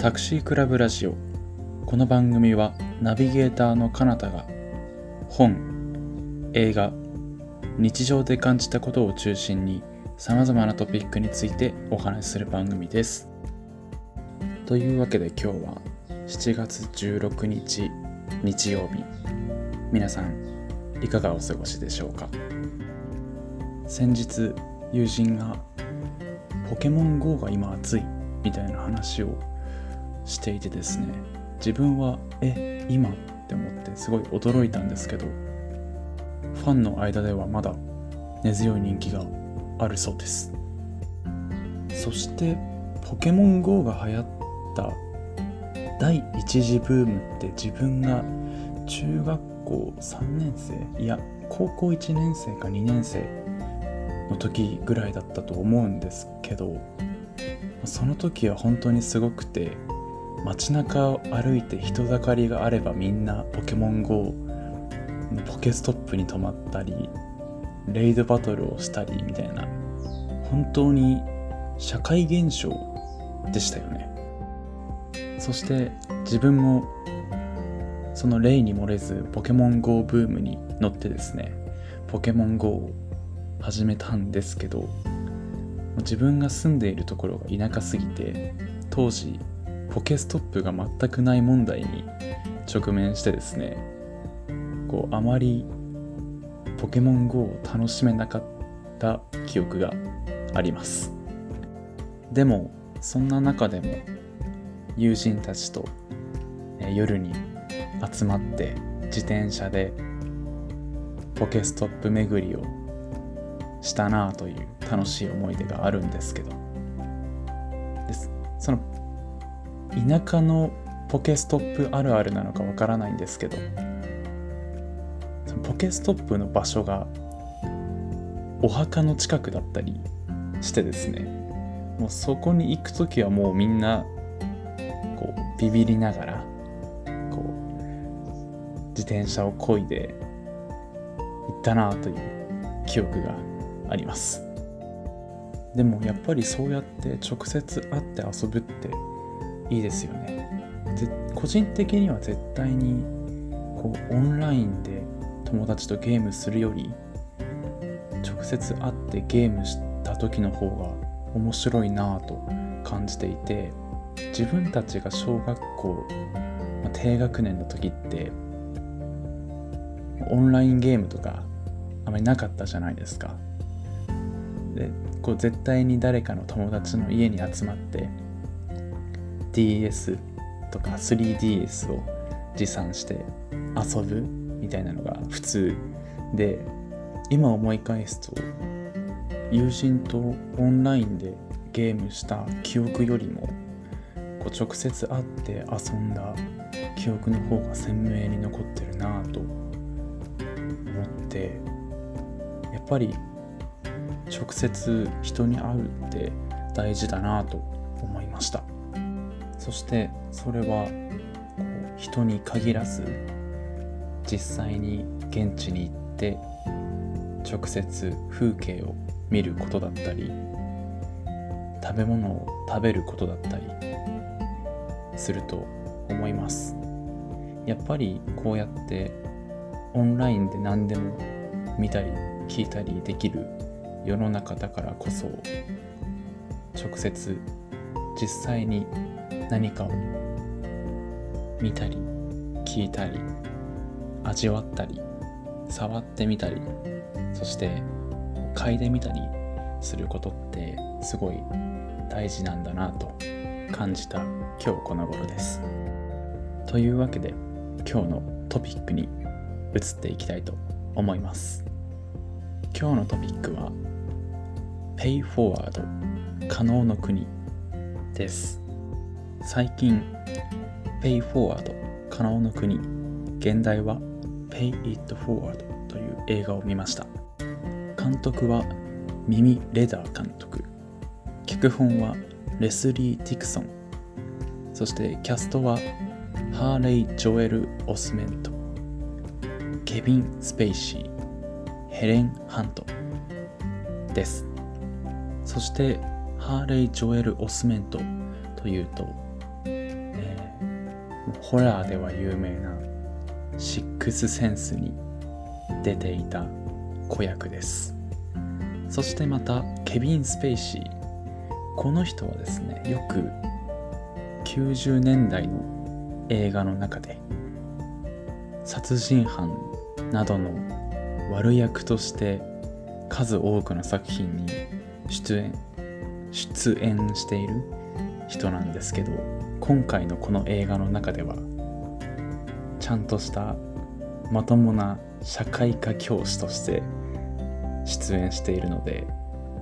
タクシークラブラジオ。この番組はナビゲーターのかなたが本、映画、日常で感じたことを中心にさまざまなトピックについてお話しする番組です。というわけで今日は7月16日日曜日、皆さんいかがお過ごしでしょうか。先日友人がポケモン GO が今熱いみたいな話をしていてですね、自分は今って思ってすごい驚いたんですけど、ファンの間ではまだ根強い人気があるそうです。そしてポケモン GO が流行った第一次ブームって自分が中学校3年生いや高校1年生か2年生の時ぐらいだったと思うんですけど、その時は本当にすごくて、街中を歩いて人だかりがあればみんなポケモン GO のポケストップに泊まったりレイドバトルをしたりみたいな、本当に社会現象でしたよね。そして自分もその例に漏れずポケモン GO ブームに乗ってですね、ポケモン GO を始めたんですけど、自分が住んでいるところが田舎すぎて、当時ポケストップが全くない問題に直面してですね、あまりポケモン GO を楽しめなかった記憶があります。でもそんな中でも友人たちと夜に集まって自転車でポケストップ巡りをしたなという楽しい思い出があるんですけど、その田舎のポケストップあるあるなのかわからないんですけど、そのポケストップの場所がお墓の近くだったりしてですね、もうそこに行くときはもうみんなビビりながら自転車を漕いで行ったなという記憶があります。でもやっぱりそうやって直接会って遊ぶっていいですよね。個人的には絶対にオンラインで友達とゲームするより直接会ってゲームした時の方が面白いなぁと感じていて、自分たちが小学校、低学年の時ってオンラインゲームとかあまりなかったじゃないですか。で絶対に誰かの友達の家に集まって DS とか 3DS を持参して遊ぶみたいなのが普通で、今思い返すと友人とオンラインでゲームした記憶よりも直接会って遊んだ記憶の方が鮮明に残ってるなぁと思って、やっぱり直接人に会うって大事だなと思いました。そしてそれは人に限らず、実際に現地に行って直接風景を見ることだったり、食べ物を食べることだったりすると思います。やっぱりこうやってオンラインで何でも見たり聞いたりできる世の中だからこそ、直接実際に何かを見たり聞いたり味わったり触ってみたり、そして嗅いでみたりすることってすごい大事なんだなと感じた今日この頃です。というわけで今日のトピックに移っていきたいと思います。今日のトピックは Pay Forward 可能の国です。最近 Pay Forward 可能の国、現代は Pay It Forward という映画を見ました。監督はミミ・レダー監督、脚本はレスリー・ディクソン、そしてキャストはハーレイ・ジョエル・オスメント、ケビン・スペイシー、ヘレン・ハントです。そしてハーレイ・ジョエル・オスメントというとホラーでは有名なシックスセンスに出ていた子役です。そしてまたケビン・スペイシー、この人はですね、よく90年代の映画の中で殺人犯などの悪役として数多くの作品に出演している人なんですけど、今回のこの映画の中ではちゃんとしたまともな社会科教師として出演しているので、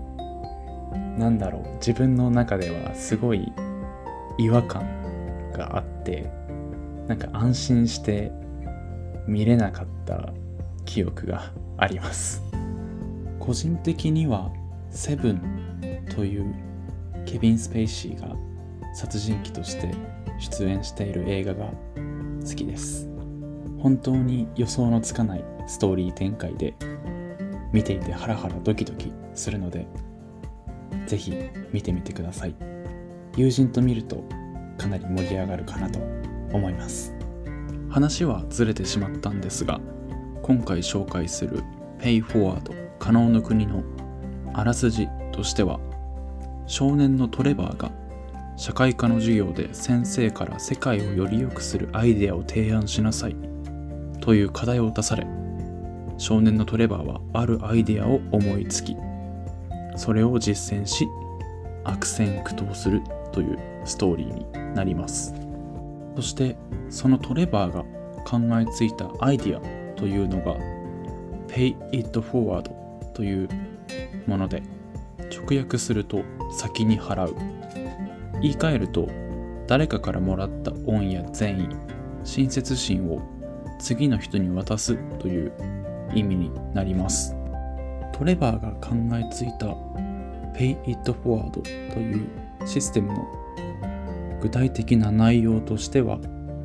自分の中ではすごい違和感があって、安心して見れなかった記憶があります。個人的にはセブンというケビン・スペイシーが殺人鬼として出演している映画が好きです。本当に予想のつかないストーリー展開で見ていてハラハラドキドキするので、ぜひ見てみてください。友人と見るとかなり盛り上がるかなと思います。話はずれてしまったんですが、今回紹介するペイフォワード可能の国のあらすじとしては、少年のトレバーが社会科の授業で先生から世界をより良くするアイデアを提案しなさいという課題を出され、少年のトレバーはあるアイデアを思いつき、それを実践し悪戦苦闘するというストーリーになります。そしてそのトレバーが考えついたアイデアというのが Pay it forward というもので、直訳すると先に払う、言い換えると誰かからもらった恩や善意、親切心を次の人に渡すという意味になります。トレバーが考えついた Pay it forward というシステムの具体的な内容としては、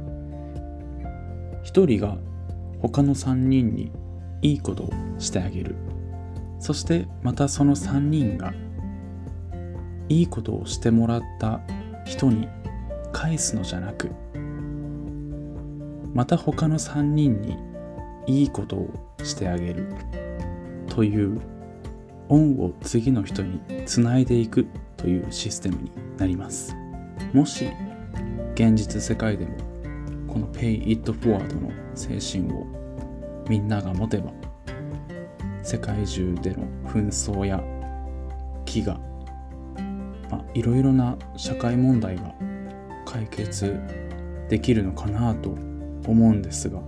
一人が他の3人にいいことをしてあげる。そしてまたその3人がいいことをしてもらった人に返すのじゃなく、また他の3人にいいことをしてあげるという恩を次の人につないでいくというシステムになります。もし現実世界でもこの Pay it forward の精神をみんなが持てば、世界中での紛争や飢餓、いろいろな社会問題が解決できるのかなと思うんですが、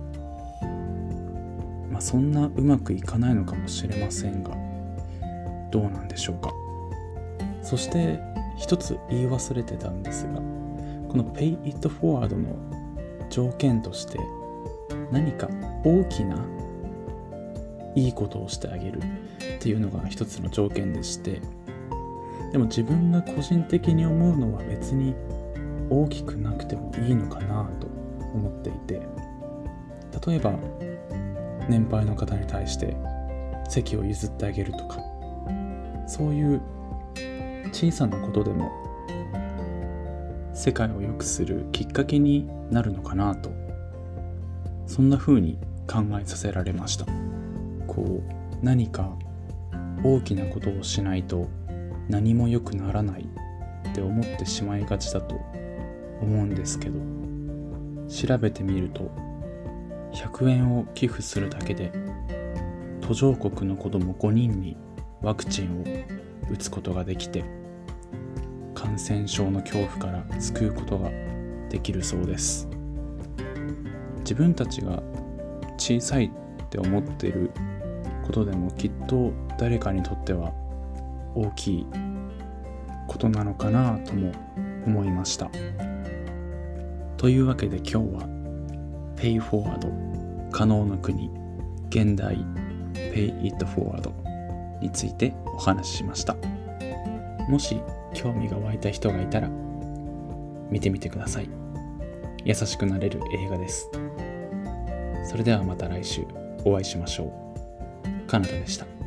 そんなうまくいかないのかもしれませんが、どうなんでしょうか。そして一つ言い忘れてたんですが、この Pay it forward の条件として何か大きないいことをしてあげるっていうのが一つの条件でして、でも自分が個人的に思うのは別に大きくなくてもいいのかなと思っていて、例えば年配の方に対して席を譲ってあげるとか、そういう小さなことでも世界を良くするきっかけになるのかなと、そんな風に考えさせられました。何か大きなことをしないと何も良くならないって思ってしまいがちだと思うんですけど、調べてみると100円を寄付するだけで途上国の子ども5人にワクチンを打つことができて、感染症の恐怖から救うことができるそうです。自分たちが小さいって思っていることでもきっと誰かにとっては大きいことなのかなとも思いました。というわけで今日は Pay Forward 可能の国現代 Pay it forward についてお話ししました。もし興味が湧いた人がいたら見てみてください。優しくなれる映画です。それではまた来週お会いしましょう。カナダでした。